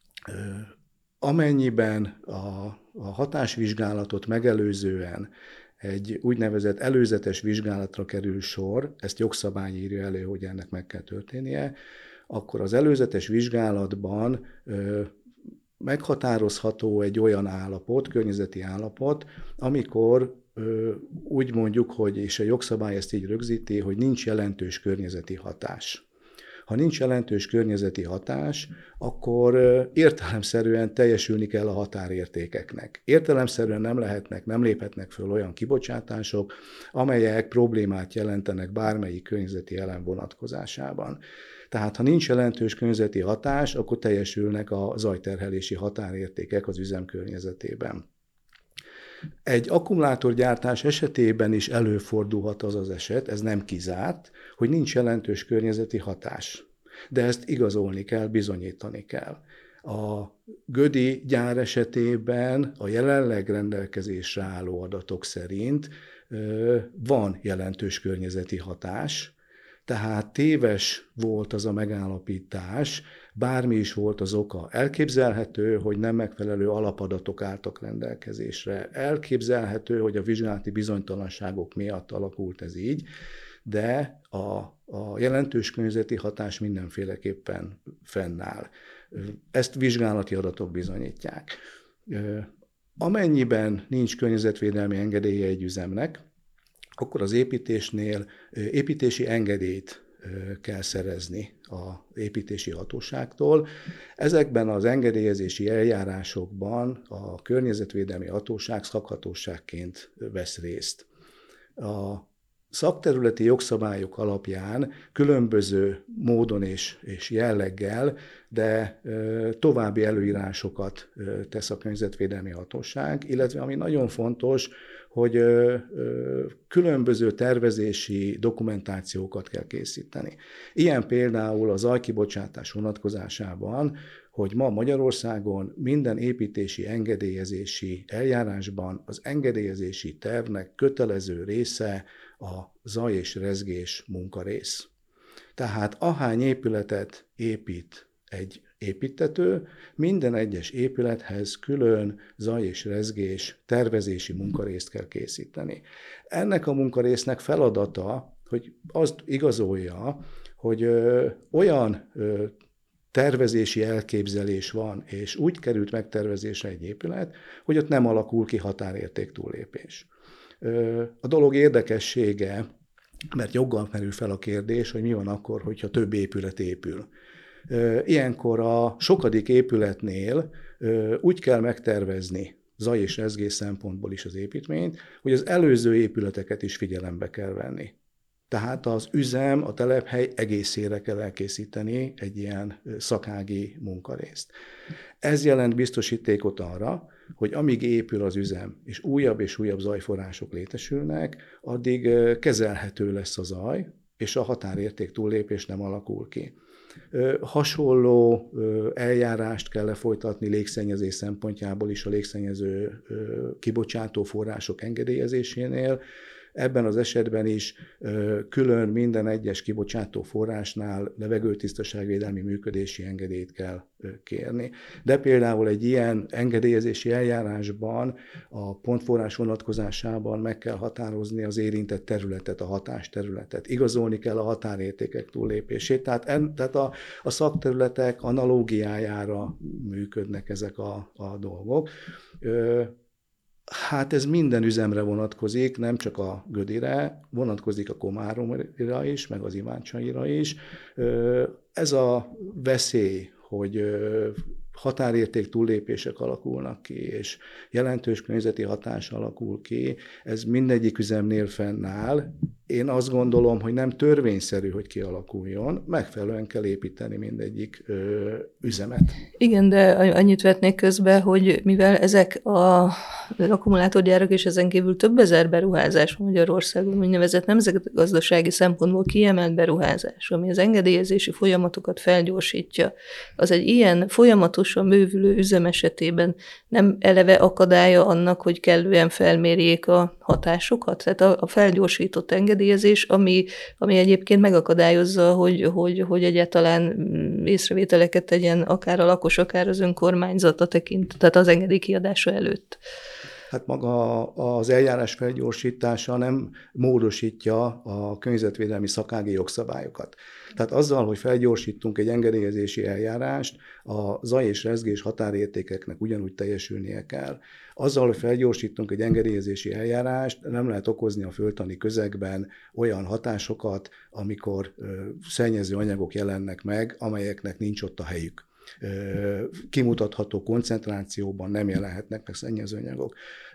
amennyiben a hatásvizsgálatot megelőzően egy úgynevezett előzetes vizsgálatra kerül sor, ezt jogszabály írja elő, hogy ennek meg kell történnie, akkor az előzetes vizsgálatban meghatározható egy olyan állapot, környezeti állapot, amikor úgy mondjuk, hogy, és a jogszabály ezt így rögzíti, hogy nincs jelentős környezeti hatás. Ha nincs jelentős környezeti hatás, akkor értelemszerűen teljesülni kell a határértékeknek. Értelemszerűen nem léphetnek föl olyan kibocsátások, amelyek problémát jelentenek bármelyik környezeti elem vonatkozásában. Tehát ha nincs jelentős környezeti hatás, akkor teljesülnek a zajterhelési határértékek az üzem környezetében. Egy akkumulátorgyártás esetében is előfordulhat az az eset, ez nem kizárt, hogy nincs jelentős környezeti hatás. De ezt igazolni kell, bizonyítani kell. A Gödi gyár esetében a jelenleg rendelkezésre álló adatok szerint van jelentős környezeti hatás, tehát téves volt az a megállapítás, bármi is volt az oka. Elképzelhető, hogy nem megfelelő alapadatok álltak rendelkezésre. Elképzelhető, hogy a vizsgálati bizonytalanságok miatt alakult ez így, de a jelentős környezeti hatás mindenféleképpen fennáll. Ezt vizsgálati adatok bizonyítják. Amennyiben nincs környezetvédelmi engedélye egy üzemnek, akkor az építésnél építési engedélyt kell szerezni az építési hatóságtól. Ezekben az engedélyezési eljárásokban a környezetvédelmi hatóság szakhatóságként vesz részt. A szakterületi jogszabályok alapján különböző módon és jelleggel, de további előírásokat tesz a környezetvédelmi hatóság, illetve ami nagyon fontos, hogy különböző tervezési dokumentációkat kell készíteni. Ilyen például a zajkibocsátás vonatkozásában, hogy ma Magyarországon minden építési engedélyezési eljárásban az engedélyezési tervnek kötelező része a zaj- és rezgés munkarész. Tehát ahány épületet épít egy építtető, minden egyes épülethez külön zaj- és rezgés tervezési munkarészt kell készíteni. Ennek a munkarésznek feladata, hogy azt igazolja, hogy olyan tervezési elképzelés van, és úgy került megtervezésre egy épület, hogy ott nem alakul ki határérték túllépés. A dolog érdekessége, mert joggal merül fel a kérdés, hogy mi van akkor, hogyha több épület épül. Ilyenkor a sokadik épületnél úgy kell megtervezni zaj- és rezgés szempontból is az építményt, hogy az előző épületeket is figyelembe kell venni. Tehát az üzem, a telephely egészére kell elkészíteni egy ilyen szakági munkarészt. Ez jelent biztosítékot arra, hogy amíg épül az üzem, és újabb zajforrások létesülnek, addig kezelhető lesz a zaj, és a határérték túllépés nem alakul ki. Hasonló eljárást kell lefolytatni légszennyezés szempontjából is a légszennyező kibocsátó források engedélyezésénél. Ebben az esetben is külön minden egyes kibocsátó forrásnál levegőtisztaságvédelmi működési engedélyt kell kérni. De például egy ilyen engedélyezési eljárásban a pontforrás vonatkozásában meg kell határozni az érintett területet, a hatásterületet. Igazolni kell a határértékek túllépését. Tehát a szakterületek analógiájára működnek ezek a dolgok. Hát ez minden üzemre vonatkozik, nem csak a Gödire, vonatkozik a Komáromra is, meg az Iváncsaira is. Ez a veszély, hogy határérték túllépések alakulnak ki, és jelentős környezeti hatás alakul ki, ez mindegyik üzemnél fennáll. Én azt gondolom, hogy nem törvényszerű, hogy kialakuljon, megfelelően kell építeni mindegyik üzemet. Igen, de annyit vetnék közbe, hogy mivel ezek az akkumulátorgyárak és ezen kívül több ezer beruházás Magyarországon, úgynevezett nemzetgazdasági szempontból kiemelt beruházás, ami az engedélyezési folyamatokat felgyorsítja, az egy ilyen folyamatosan bővülő üzem esetében nem eleve akadálya annak, hogy kellően felmérjék a hatásokat? Tehát a felgyorsított engedélyezés, ami egyébként megakadályozza, hogy egyáltalán észrevételeket tegyen akár a lakos, akár az önkormányzat tehát az engedély kiadása előtt. Hát maga az eljárás felgyorsítása nem módosítja a környezetvédelmi szakági jogszabályokat. Tehát azzal, hogy felgyorsítunk egy engedélyezési eljárást, a zaj- és rezgés határértékeknek ugyanúgy teljesülnie kell. Azzal, hogy felgyorsítunk egy engedélyezési eljárást, nem lehet okozni a földtani közegben olyan hatásokat, amikor szennyező anyagok jelennek meg, amelyeknek nincs ott a helyük. Kimutatható koncentrációban nem jelenhetnek meg szennyezőanyagok.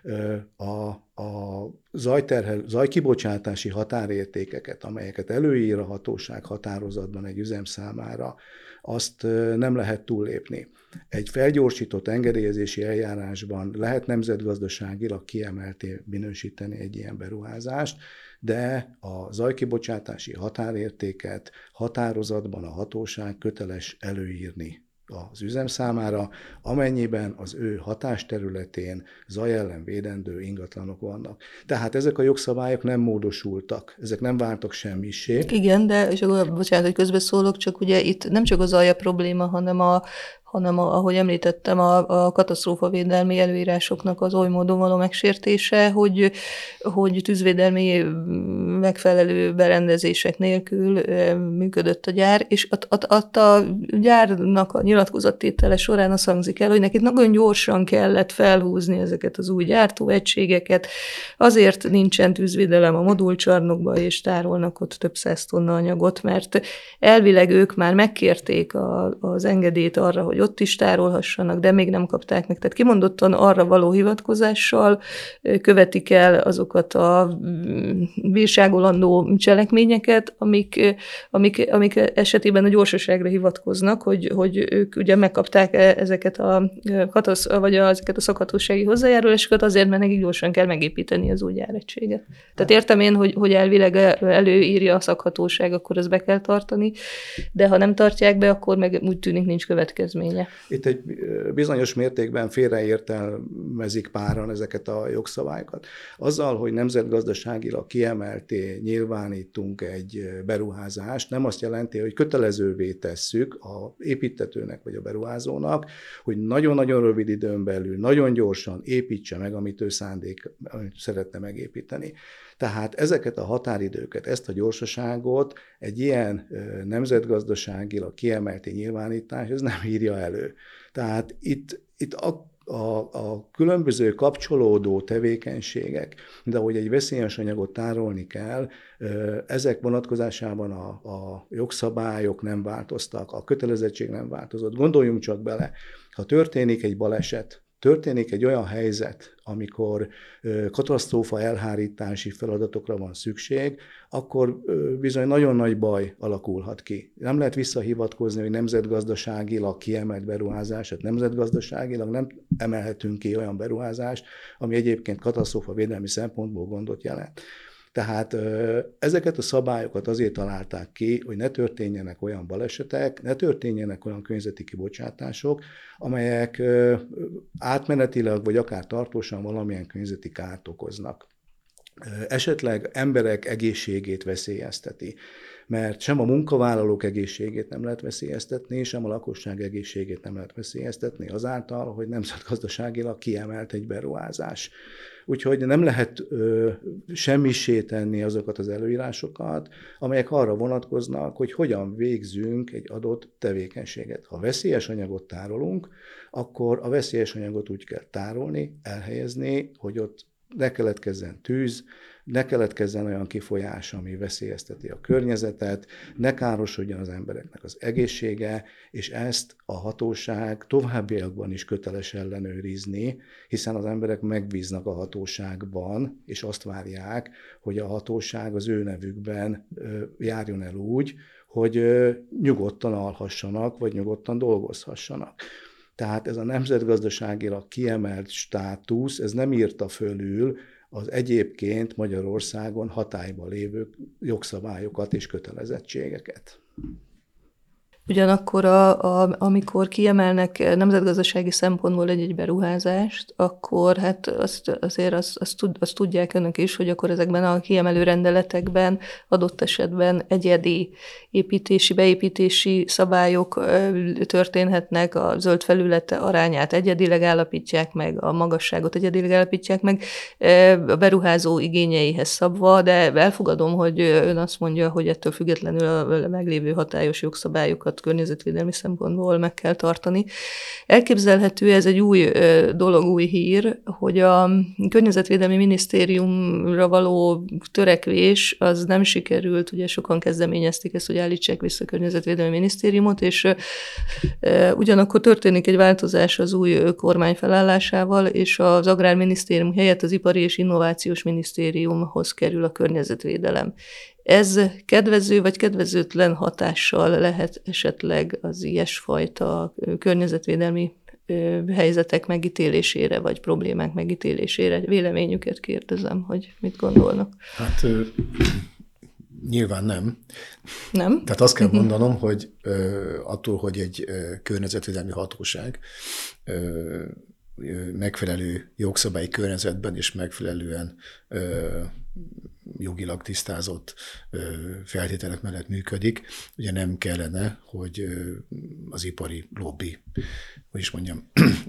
A zajkibocsátási határértékeket, amelyeket előír a hatóság határozatban egy üzem számára, azt nem lehet túllépni. Egy felgyorsított engedélyezési eljárásban lehet nemzetgazdaságilag kiemelté minősíteni egy ilyen beruházást, de a zajkibocsátási határértéket határozatban a hatóság köteles előírni az üzem számára, amennyiben az ő hatásterületén zaj ellen védendő ingatlanok vannak. Tehát ezek a jogszabályok nem módosultak, ezek nem váltak semmissé. Igen, de és akkor, bocsánat, hogy közbeszólok, csak ugye itt nem csak a zaj a probléma, hanem ahogy említettem, a katasztrófavédelmi előírásoknak az oly módon való megsértése, hogy tűzvédelmi megfelelő berendezések nélkül működött a gyár, és a gyárnak a nyilatkozattétele során azt hangzik el, hogy nekik nagyon gyorsan kellett felhúzni ezeket az új gyártóegységeket, azért nincsen tűzvédelem a modulcsarnokban, és tárolnak ott több száz tonna anyagot, mert elvileg ők már megkérték az engedélyt arra, hogy ott is tárolhassanak, de még nem kapták meg. Tehát kimondottan arra való hivatkozással követik el azokat a bírságolandó cselekményeket, amik esetében a gyorsaságra hivatkoznak, hogy ők ugye megkapták ezeket ezeket a szakhatósági hozzájárulásokat azért, mert nekik gyorsan kell megépíteni az új gyáregységet. Tehát értem én, hogy elvileg előírja a szakhatóság, akkor ezt be kell tartani, de ha nem tartják be, akkor meg úgy tűnik nincs következménye. Itt egy bizonyos mértékben félreértelmezik páran ezeket a jogszabályokat. Azzal, hogy nemzetgazdaságilag kiemelté nyilvánítunk egy beruházást, nem azt jelenti, hogy kötelezővé tesszük a építtetőnek vagy a beruházónak, hogy nagyon-nagyon rövid időn belül, nagyon gyorsan építse meg, amit amit szeretne megépíteni. Tehát ezeket a határidőket, ezt a gyorsaságot egy ilyen nemzetgazdaságilag kiemelté nyilvánítás, ez nem írja elő. Tehát itt a különböző kapcsolódó tevékenységek, de ahogy egy veszélyes anyagot tárolni kell, ezek vonatkozásában a jogszabályok nem változtak, a kötelezettség nem változott. Gondoljunk csak bele, ha történik egy baleset, történik egy olyan helyzet, amikor katasztrófa elhárítási feladatokra van szükség, akkor bizony nagyon nagy baj alakulhat ki. Nem lehet visszahivatkozni, hogy nemzetgazdaságilag kiemelt beruházását, nemzetgazdaságilag nem emelhetünk ki olyan beruházást, ami egyébként katasztrófa védelmi szempontból gondot jelent. Tehát ezeket a szabályokat azért találták ki, hogy ne történjenek olyan balesetek, ne történjenek olyan környezeti kibocsátások, amelyek átmenetileg vagy akár tartósan valamilyen környezeti kárt okoznak. Esetleg emberek egészségét veszélyezteti, mert sem a munkavállalók egészségét nem lehet veszélyeztetni, sem a lakosság egészségét nem lehet veszélyeztetni azáltal, hogy nemzetgazdaságilag kiemelt egy beruházás. Úgyhogy nem lehet semmissé tenni azokat az előírásokat, amelyek arra vonatkoznak, hogy hogyan végzünk egy adott tevékenységet. Ha veszélyes anyagot tárolunk, akkor a veszélyes anyagot úgy kell tárolni, elhelyezni, hogy ott ne keletkezzen tűz, ne keletkezzen olyan kifolyás, ami veszélyezteti a környezetet, ne károsodjon az embereknek az egészsége, és ezt a hatóság továbbiakban is köteles ellenőrizni, hiszen az emberek megbíznak a hatóságban, és azt várják, hogy a hatóság az ő nevükben járjon el úgy, hogy nyugodtan alhassanak, vagy nyugodtan dolgozhassanak. Tehát ez a nemzetgazdaságilag kiemelt státusz, ez nem írta fölül az egyébként Magyarországon hatályban lévő jogszabályokat és kötelezettségeket. Ugyanakkor, amikor kiemelnek nemzetgazdasági szempontból egy beruházást, akkor hát azt tudják önök is, hogy akkor ezekben a kiemelő rendeletekben adott esetben egyedi beépítési szabályok történhetnek, a zöld felület arányát egyedileg állapítják meg, a magasságot egyedileg állapítják meg, a beruházó igényeihez szabva, de elfogadom, hogy ön azt mondja, hogy ettől függetlenül a meglévő hatályos jogszabályokat környezetvédelmi szempontból meg kell tartani. Elképzelhető, ez egy új dolog, új hír, hogy a Környezetvédelmi Minisztériumra való törekvés az nem sikerült, ugye sokan kezdeményezték ezt, hogy állítsák vissza a Környezetvédelmi Minisztériumot, és ugyanakkor történik egy változás az új kormány felállásával, és az Agrárminisztérium helyett az Ipari és Innovációs Minisztériumhoz kerül a környezetvédelem. Ez kedvező vagy kedvezőtlen hatással lehet esetleg az ilyesfajta környezetvédelmi helyzetek megítélésére, vagy problémák megítélésére? Véleményüket kérdezem, hogy mit gondolnak. Hát nyilván nem. Nem? Tehát azt kell mondanom, hogy attól, hogy egy környezetvédelmi hatóság megfelelő jogszabályi környezetben és megfelelően jogilag tisztázott feltételek mellett működik, ugye nem kellene, hogy az ipari lobby, hogy is mondjam,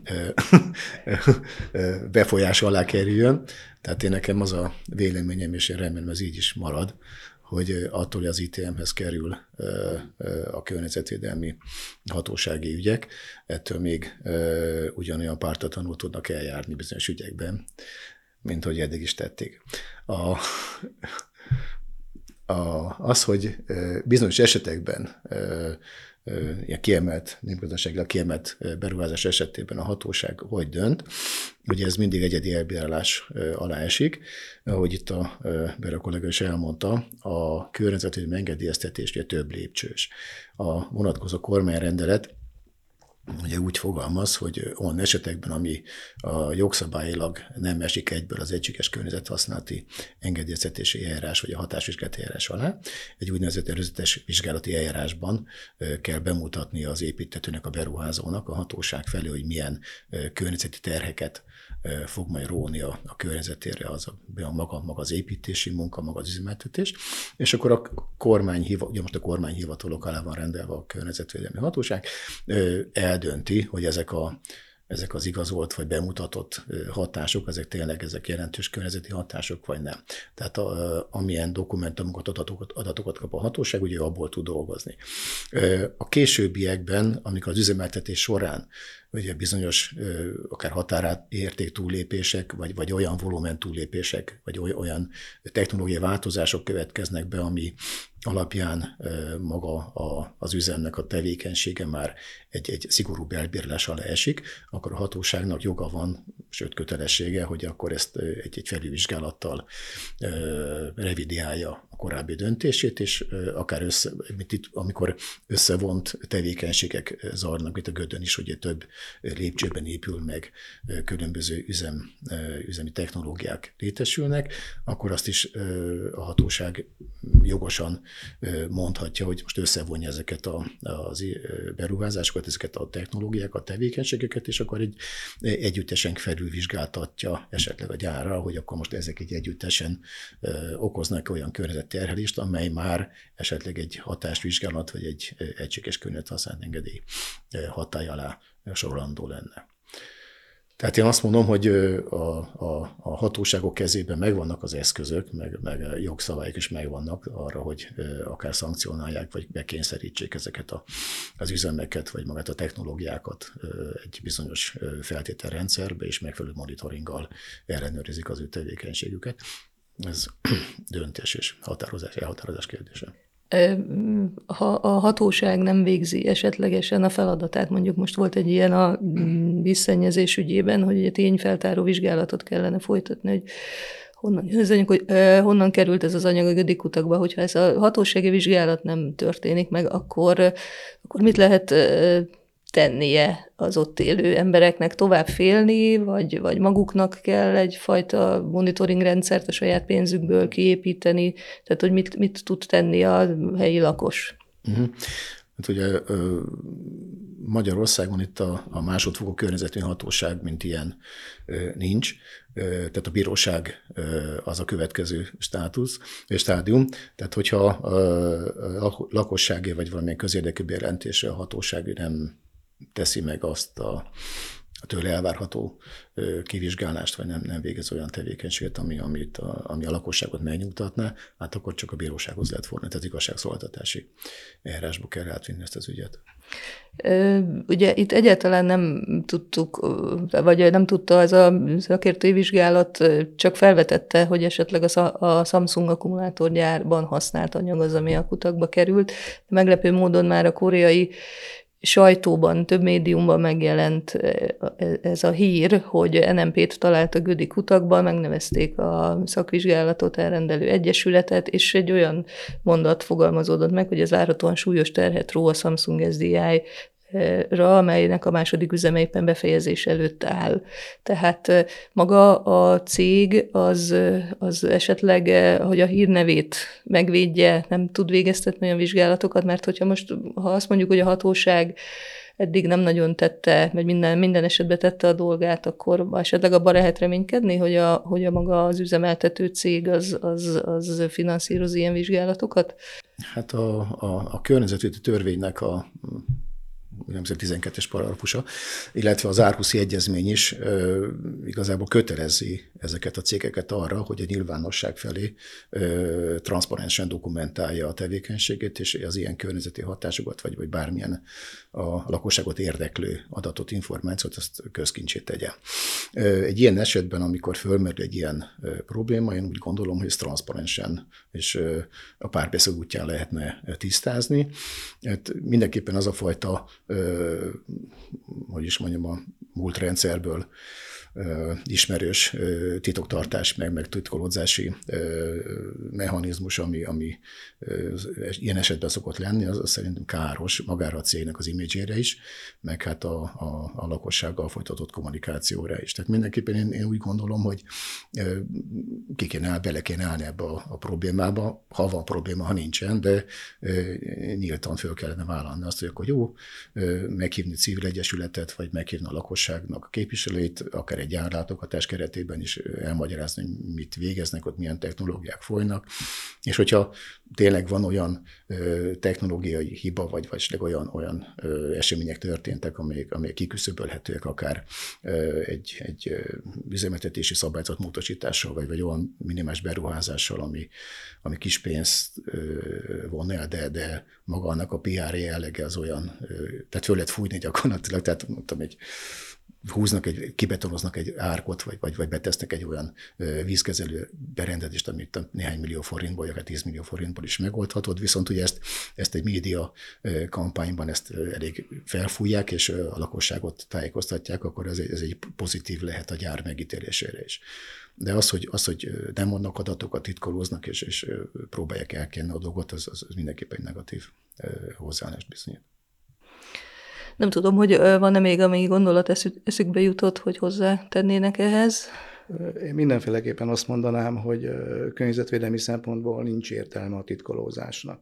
befolyás alá kerüljön. Tehát én nekem az a véleményem, és én remélem ez így is marad, hogy attól, hogy az ITM-hez kerül a környezetvédelmi hatósági ügyek, ettől még ugyanolyan pártatlanul tudnak eljárni bizonyos ügyekben, mint hogy eddig is tették. Az, hogy bizonyos esetekben ilyen kiemelt, nemzetgazdaságilag kiemelt beruházás esetében a hatóság hogy dönt, ugye ez mindig egyedi elbírálás alá esik. Ahogy itt a Bera kollega is elmondta, a környezetvédelmi engedélyeztetés ugye több lépcsős. A vonatkozó kormányrendelet ugye úgy fogalmaz, hogy olyan esetekben, ami a jogszabályilag nem esik egyből az egységes környezethasználati engedélyeztetési eljárás vagy a hatásvizsgálati eljárás alá, egy úgynevezett előzetes vizsgálati eljárásban kell bemutatni az építtetőnek, a beruházónak a hatóság felé, hogy milyen környezeti terheket fog majd róni a környezetére maga az építési munka, maga az üzemeltetés, és akkor ugye most a kormányhivatalok alá van rendelve a környezetvédelmi hatóság, eldönti, hogy ezek az igazolt vagy bemutatott hatások, ezek tényleg jelentős környezeti hatások, vagy nem. Tehát amilyen dokumentumokat, adatokat kap a hatóság, ugye abból tud dolgozni. A későbbiekben, amikor az üzemeltetés során ugye bizonyos akár határérték túllépések, vagy olyan volumen túllépések, vagy olyan technológiai változások következnek be, ami alapján maga az üzemnek a tevékenysége már egy szigorú elbírálás alá esik, akkor a hatóságnak joga van, sőt kötelessége, hogy akkor ezt egy felülvizsgálattal revidiálja a korábbi döntését, és akár amikor összevont tevékenységek zajlanak, itt a Gödön is ugye több lépcsőben épül meg, különböző üzemi technológiák létesülnek, akkor azt is a hatóság jogosan mondhatja, hogy most összevonja ezeket az beruházásokat, ezeket a technológiákat, tevékenységeket, és akkor együttesen felülvizsgáltatja esetleg a gyárra, hogy akkor most ezek egy együttesen okoznak olyan környezetterhelést, amely már esetleg egy hatásvizsgálat, vagy egy egységes környezethasználatengedély hatály alá sorolandó lenne. Tehát én azt mondom, hogy a hatóságok kezében megvannak az eszközök, meg a jogszabályok is megvannak arra, hogy akár szankcionálják, vagy bekényszerítsék ezeket az üzemeket, vagy magát a technológiákat egy bizonyos feltételrendszerbe, és megfelelő monitoringgal ellenőrizik az ő tevékenységüket. Ez döntés és elhatározás kérdése. Ha a hatóság nem végzi esetlegesen a feladatát, mondjuk most volt egy ilyen a vízszennyezés ügyében, hogy egy tényfeltáró vizsgálatot kellene folytatni, hogy honnan jön az anyag, hogy honnan került ez az anyag a gödikutakba, hogyha ez a hatósági vizsgálat nem történik meg, akkor mit lehet tennie az ott élő embereknek, tovább félni, vagy maguknak kell egyfajta monitoring rendszert a saját pénzükből kiépíteni, tehát hogy mit tud tenni a helyi lakos? Hát ugye Magyarországon itt a másodfokú környezetvédelmi hatóság, mint ilyen nincs, tehát a bíróság az a következő stádium, tehát hogyha a lakosságé vagy valamilyen közérdekű bejelentésre a hatóság nem teszi meg azt a tőle elvárható kivizsgálást, vagy nem végez olyan tevékenységet, ami a lakosságot megnyugtatná, hát akkor csak a bírósághoz lehet fordulni, tehát igazságszolgáltatási eljárásba kell átvinni ezt az ügyet. Ugye itt egyáltalán nem tudtuk, vagy nem tudta ez a szakértői vizsgálat, csak felvetette, hogy esetleg a Samsung akkumulátorgyárban használt anyag az, ami a kutakba került. Meglepő módon már a koreai sajtóban, több médiumban megjelent ez a hír, hogy NMP-t talált a gödi kutakban, megnevezték a szakvizsgálatot elrendelő egyesületet, és egy olyan mondat fogalmazódott meg, hogy ez várhatóan súlyos terhet ró a Samsung SDI-ra, amelynek a második üzeme éppen befejezés előtt áll. Tehát maga a cég az esetleg, hogy a hírnevét megvédje, nem tud végeztetni olyan vizsgálatokat, mert ha azt mondjuk, hogy a hatóság eddig nem nagyon tette, vagy minden esetben tette a dolgát, akkor esetleg abban lehet reménykedni, hogy a maga az üzemeltető cég az finanszíroz ilyen vizsgálatokat? Hát a környezetvédelmi törvénynek a 12-es paragrafusa, illetve az Aarhusi Egyezmény is igazából kötelezi ezeket a cégeket arra, hogy a nyilvánosság felé transzparensen dokumentálja a tevékenységét, és az ilyen környezeti hatásokat, vagy bármilyen a lakosságot érdeklő adatot, információt, azt közkincsét tegye. Egy ilyen esetben, amikor fölmerül egy ilyen probléma, én úgy gondolom, hogy ezt transzparensen és a párbeszéd útján lehetne tisztázni. Hát mindenképpen az a fajta hogy is mondjam, a múlt rendszerből ismerős titoktartás, meg titkolódzási mechanizmus, ami ilyen esetben szokott lenni, az szerintem káros magára a cégnek az imidzsére is, meg hát a lakossággal folytatott kommunikációra is. Tehát mindenképpen én úgy gondolom, hogy bele kéne állni ebbe a problémába, ha van probléma, ha nincsen, de nyíltan föl kellene vállalni azt, hogy akkor jó, meghívni civil egyesületet, vagy meghívni a lakosságnak a képviselőit, akár egy gyárlátogatás keretében is elmagyarázni, hogy mit végeznek, ott milyen technológiák folynak, és hogyha tényleg van olyan technológiai hiba, vagy olyan események történtek, amelyek kiküszöbölhetőek akár egy üzemeltetési szabályzat módosítással, vagy olyan minimális beruházással, ami kis pénzt von el, de maga annak a PR jellege az olyan, tehát föl lehet fújni gyakorlatilag, tehát mondtam, kibetonoznak egy árkot, vagy betesznek egy olyan vízkezelő berendezést, amit néhány millió forintból, akár 10 millió forintból is megoldhatod, viszont ugye ezt egy média kampányban ezt elég felfújják, és a lakosságot tájékoztatják, akkor ez egy pozitív lehet a gyár megítélésére is. De az, hogy nem mondnak adatokat, titkolóznak, és próbálják elkenni a dolgot, az mindenképpen egy negatív hozzáállást bizonyít. Nem tudom, hogy van-e még, ami gondolat eszükbe jutott, hogy hozzátennének ehhez? Én mindenféleképpen azt mondanám, hogy környezetvédelmi szempontból nincs értelme a titkolózásnak.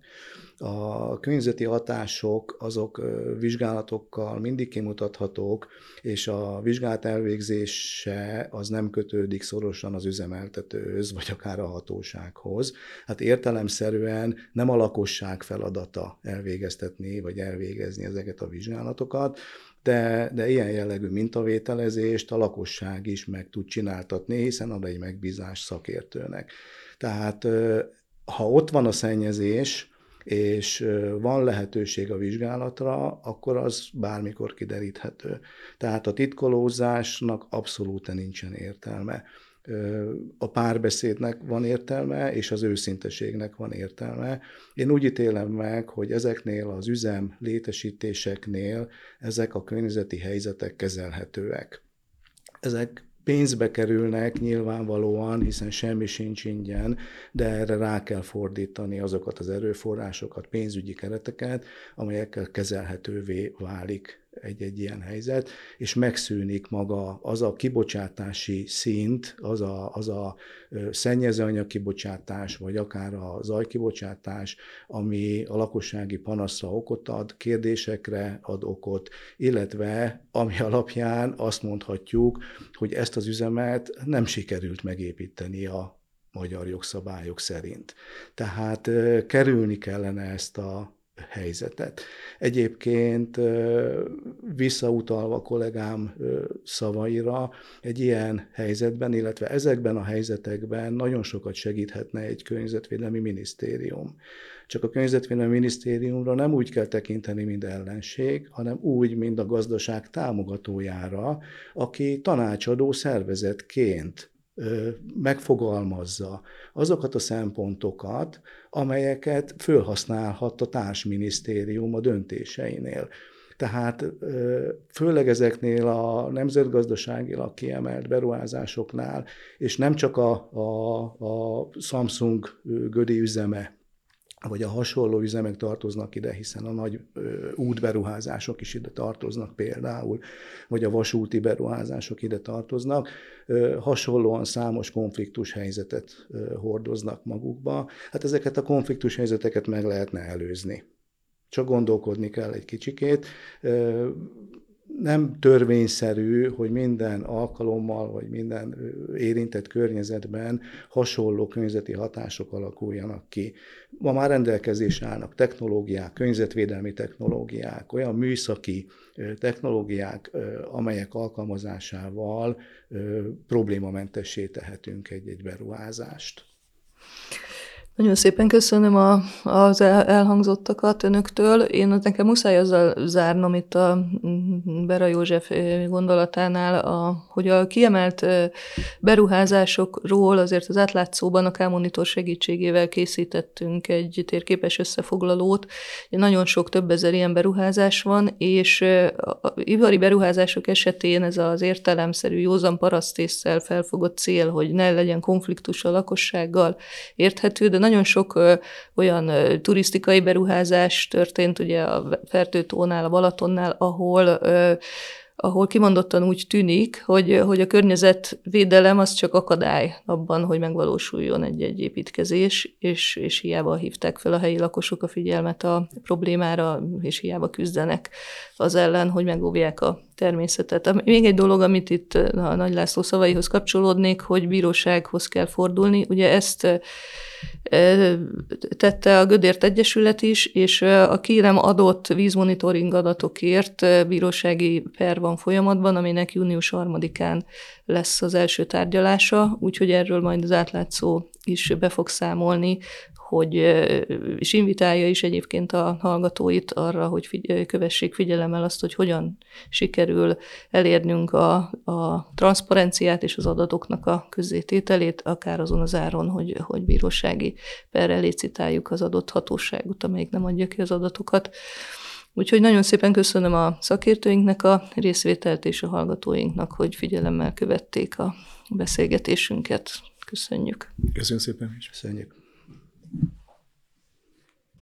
A környezeti hatások azok vizsgálatokkal mindig kimutathatók, és a vizsgálat elvégzése az nem kötődik szorosan az üzemeltetőhöz, vagy akár a hatósághoz. Hát értelemszerűen nem a lakosság feladata elvégeztetni, vagy elvégezni ezeket a vizsgálatokat, de ilyen jellegű mintavételezést a lakosság is meg tud csináltatni, hiszen ad egy megbízás szakértőnek. Tehát ha ott van a szennyezés, és van lehetőség a vizsgálatra, akkor az bármikor kideríthető. Tehát a titkolózásnak abszolút nincsen értelme. A párbeszédnek van értelme, és az őszinteségnek van értelme. Én úgy ítélem meg, hogy ezeknél az üzem létesítéseknél ezek a környezeti helyzetek kezelhetőek. Ezek pénzbe kerülnek nyilvánvalóan, hiszen semmi sincs ingyen, de erre rá kell fordítani azokat az erőforrásokat, pénzügyi kereteket, amelyekkel kezelhetővé válik egy ilyen helyzet, és megszűnik maga az a kibocsátási szint, az a szennyezőanyag kibocsátás, vagy akár a zajkibocsátás, ami a lakossági panaszra okot ad, kérdésekre ad okot, illetve ami alapján azt mondhatjuk, hogy ezt az üzemet nem sikerült megépíteni a magyar jogszabályok szerint. Tehát kerülni kellene ezt a helyzetet. Egyébként visszautalva a kollégám szavaira, egy ilyen helyzetben, illetve ezekben a helyzetekben nagyon sokat segíthetne egy környezetvédelmi minisztérium. Csak a környezetvédelmi minisztériumra nem úgy kell tekinteni, mint ellenség, hanem úgy, mint a gazdaság támogatójára, aki tanácsadó szervezetként megfogalmazza azokat a szempontokat, amelyeket fölhasználhat a társminisztérium a döntéseinél. Tehát főleg ezeknél a nemzetgazdaságilag kiemelt beruházásoknál, és nem csak a Samsung gödi üzeme, vagy a hasonló üzemek tartoznak ide, hiszen a nagy útberuházások is ide tartoznak például, vagy a vasúti beruházások ide tartoznak, hasonlóan számos konfliktus helyzetet hordoznak magukba. Hát ezeket a konfliktus helyzeteket meg lehetne előzni. Csak gondolkodni kell egy kicsikét. Nem törvényszerű, hogy minden alkalommal, vagy minden érintett környezetben hasonló környezeti hatások alakuljanak ki. Ma már rendelkezésre állnak technológiák, környezetvédelmi technológiák, olyan műszaki technológiák, amelyek alkalmazásával problémamentessé tehetünk egy beruházást. Nagyon szépen köszönöm az elhangzottakat önöktől. Nekem muszáj azzal zárnom itt a Bera József gondolatánál, hogy a kiemelt beruházásokról azért az átlátszóban a K-monitor segítségével készítettünk egy térképes összefoglalót. Nagyon sok, több ezer ilyen beruházás van, és a ipari beruházások esetén ez az értelemszerű, józan parasztésszel felfogott cél, hogy ne legyen konfliktus a lakossággal érthető, de nagyon sok olyan turisztikai beruházás történt ugye a Fertőtónál, a Balatonnál, ahol kimondottan úgy tűnik, hogy a környezetvédelem az csak akadály abban, hogy megvalósuljon egy építkezés, és hiába hívták fel a helyi lakosok a figyelmet a problémára, és hiába küzdenek az ellen, hogy megóvják a természetet. Még egy dolog, amit itt a Nagy László szavaihoz kapcsolódnék, hogy bírósághoz kell fordulni. Ugye ezt tette a Gödért Egyesület is, és a ki nem adott vízmonitoring adatokért bírósági per van folyamatban, aminek június 3-án lesz az első tárgyalása, úgyhogy erről majd az átlátszó is be fog számolni, és invitálja is egyébként a hallgatóit arra, hogy kövessék figyelemmel azt, hogy hogyan sikerül elérnünk a transzparenciát és az adatoknak a közzétételét, akár azon az áron, hogy bírósági perrel licitáljuk az adott hatóságot, amelyik nem adja ki az adatokat. Úgyhogy nagyon szépen köszönöm a szakértőinknek a részvételt és a hallgatóinknak, hogy figyelemmel követték a beszélgetésünket. Köszönjük. Köszönjük szépen. Köszönjük.